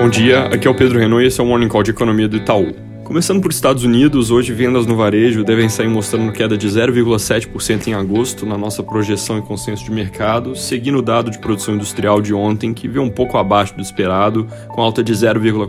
Bom dia, aqui é o Pedro Renault e esse é o Morning Call de Economia do Itaú. Começando por Estados Unidos, hoje vendas no varejo devem sair mostrando queda de 0,7% em agosto na nossa projeção e consenso de mercado, seguindo o dado de produção industrial de ontem, que veio um pouco abaixo do esperado, com alta de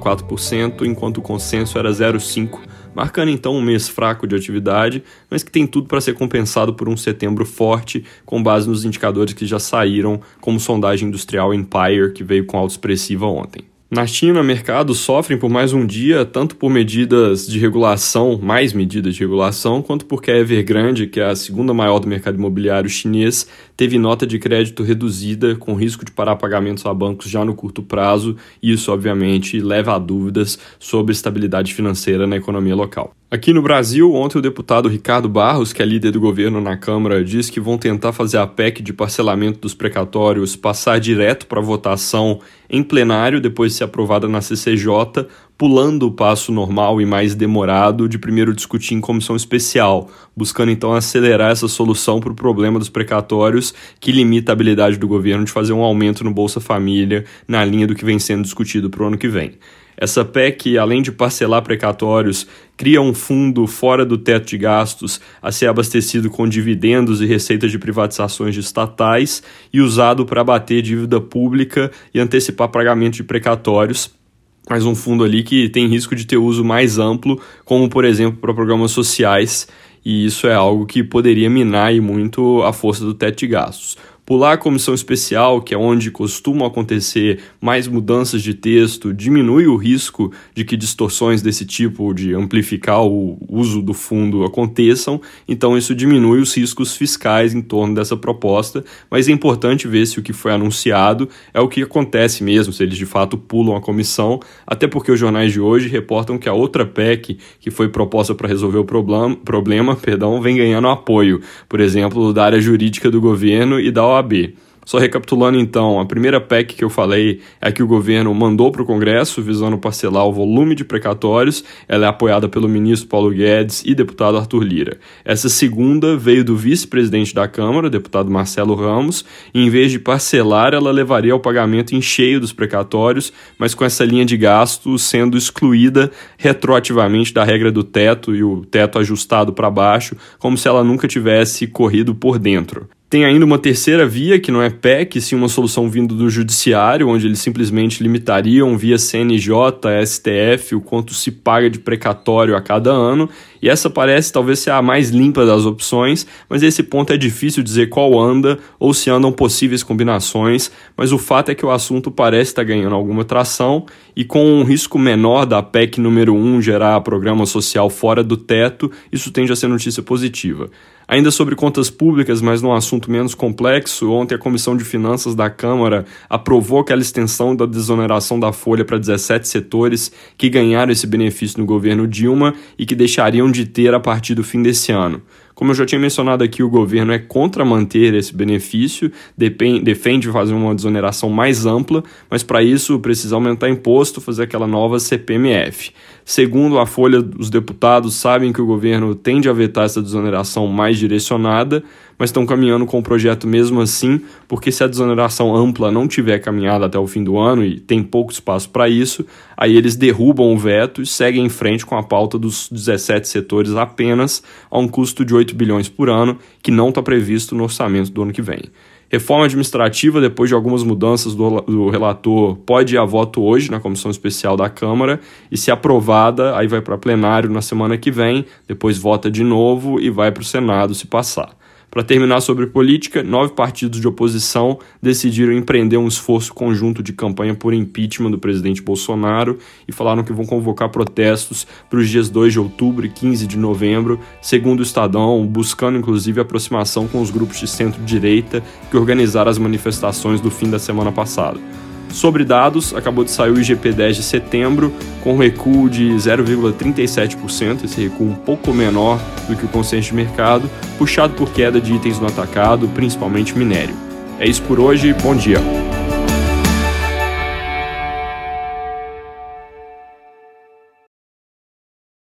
0,4%, enquanto o consenso era 0,5%, marcando então um mês fraco de atividade, mas que tem tudo para ser compensado por um setembro forte, com base nos indicadores que já saíram, como sondagem industrial Empire, que veio com alta expressiva ontem. Na China, mercados sofrem por mais um dia, tanto por medidas de regulação, mais medidas de regulação, quanto porque a Evergrande, que é a segunda maior do mercado imobiliário chinês, teve nota de crédito reduzida, com risco de parar pagamentos a bancos já no curto prazo, e isso, obviamente, leva a dúvidas sobre estabilidade financeira na economia local. Aqui no Brasil, ontem o deputado Ricardo Barros, que é líder do governo na Câmara, disse que vão tentar fazer a PEC de parcelamento dos precatórios passar direto para votação em plenário, depois de ser aprovada na CCJ, pulando o passo normal e mais demorado de primeiro discutir em comissão especial, buscando então acelerar essa solução para o problema dos precatórios que limita a habilidade do governo de fazer um aumento no Bolsa Família na linha do que vem sendo discutido para o ano que vem. Essa PEC, além de parcelar precatórios, cria um fundo fora do teto de gastos a ser abastecido com dividendos e receitas de privatizações de estatais e usado para abater dívida pública e antecipar pagamento de precatórios. Mas um fundo ali que tem risco de ter uso mais amplo, como por exemplo para programas sociais, e isso é algo que poderia minar muito a força do teto de gastos. Pular a comissão especial, que é onde costumam acontecer mais mudanças de texto, diminui o risco de que distorções desse tipo de amplificar o uso do fundo aconteçam, então isso diminui os riscos fiscais em torno dessa proposta, mas é importante ver se o que foi anunciado é o que acontece mesmo, se eles de fato pulam a comissão, até porque os jornais de hoje reportam que a outra PEC que foi proposta para resolver o problema, vem ganhando apoio, por exemplo, da área jurídica do governo e da OAB. Só recapitulando então, a primeira PEC que eu falei é a que o governo mandou para o Congresso visando parcelar o volume de precatórios, ela é apoiada pelo ministro Paulo Guedes e deputado Arthur Lira. Essa segunda veio do vice-presidente da Câmara, deputado Marcelo Ramos, e em vez de parcelar, ela levaria ao pagamento em cheio dos precatórios, mas com essa linha de gasto sendo excluída retroativamente da regra do teto e o teto ajustado para baixo, como se ela nunca tivesse corrido por dentro. Tem ainda uma terceira via, que não é PEC, sim uma solução vindo do Judiciário, onde eles simplesmente limitariam via CNJ, STF, o quanto se paga de precatório a cada ano, e essa parece talvez ser a mais limpa das opções, mas esse ponto é difícil dizer qual anda ou se andam possíveis combinações, mas o fato é que o assunto parece estar ganhando alguma tração, e com um risco menor da PEC número 1 gerar programa social fora do teto, isso tende a ser notícia positiva. Ainda sobre contas públicas, mas num assunto menos complexo, ontem a Comissão de Finanças da Câmara aprovou aquela extensão da desoneração da folha para 17 setores que ganharam esse benefício no governo Dilma e que deixariam de ter a partir do fim desse ano. Como eu já tinha mencionado aqui, o governo é contra manter esse benefício, defende fazer uma desoneração mais ampla, mas para isso precisa aumentar imposto, fazer aquela nova CPMF. Segundo a Folha, os deputados sabem que o governo tende a vetar essa desoneração mais direcionada, mas estão caminhando com o projeto mesmo assim, porque se a desoneração ampla não tiver caminhado até o fim do ano, e tem pouco espaço para isso, aí eles derrubam o veto e seguem em frente com a pauta dos 17 setores apenas a um custo de 8 bilhões por ano, que não está previsto no orçamento do ano que vem. Reforma administrativa, depois de algumas mudanças do relator, pode ir a voto hoje na Comissão Especial da Câmara e, se aprovada, aí vai para plenário na semana que vem, depois vota de novo e vai para o Senado se passar. Para terminar sobre política, 9 partidos de oposição decidiram empreender um esforço conjunto de campanha por impeachment do presidente Bolsonaro e falaram que vão convocar protestos para os dias 2 de outubro e 15 de novembro, segundo o Estadão, buscando inclusive aproximação com os grupos de centro-direita que organizaram as manifestações do fim da semana passada. Sobre dados, acabou de sair o IGP-10 de setembro, com recuo de 0,37%, esse recuo um pouco menor do que o consenso de mercado, puxado por queda de itens no atacado, principalmente minério. É isso por hoje, bom dia!